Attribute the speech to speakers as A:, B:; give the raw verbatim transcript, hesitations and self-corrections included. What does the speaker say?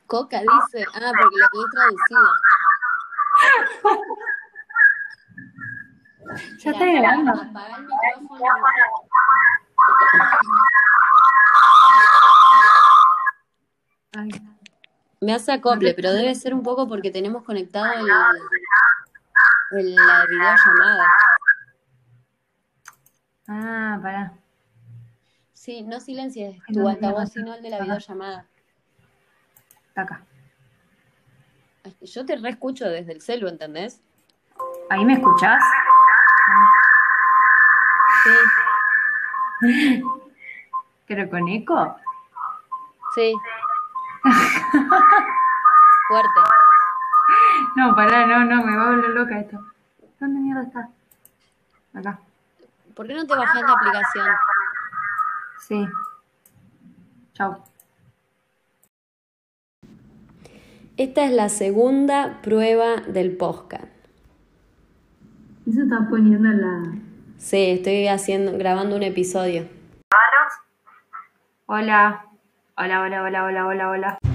A: Coca dice, ah, porque lo tenés traducido.
B: Ya
A: Mira,
B: está grabando.
A: apaga el micrófono.
B: Ay,
A: Me hace
B: no
A: acople,
B: te-
A: pero debe ser un poco porque tenemos conectado el, el- la videollamada.
B: Ah, pará.
A: Sí, no silencies
B: ¿En
A: tu
B: dónde mierda
A: altavoz,
B: está?
A: sino el de la
B: Acá,
A: videollamada.
B: está acá.
A: Yo te reescucho desde el celu, ¿entendés?
B: ¿Ahí me escuchás?
A: Sí,
B: ¿Pero con eco?
A: sí, fuerte.
B: No, pará, no, no, me va a volver loca esto. ¿Dónde mierda está? Acá.
A: ¿Por qué no te bajás la aplicación?
B: Sí. Chau.
A: Esta es la segunda prueba del podcast.
B: Eso está poniendo la...
A: Sí, estoy haciendo, grabando un episodio.
B: Hola. Hola, hola, hola, hola, hola, hola.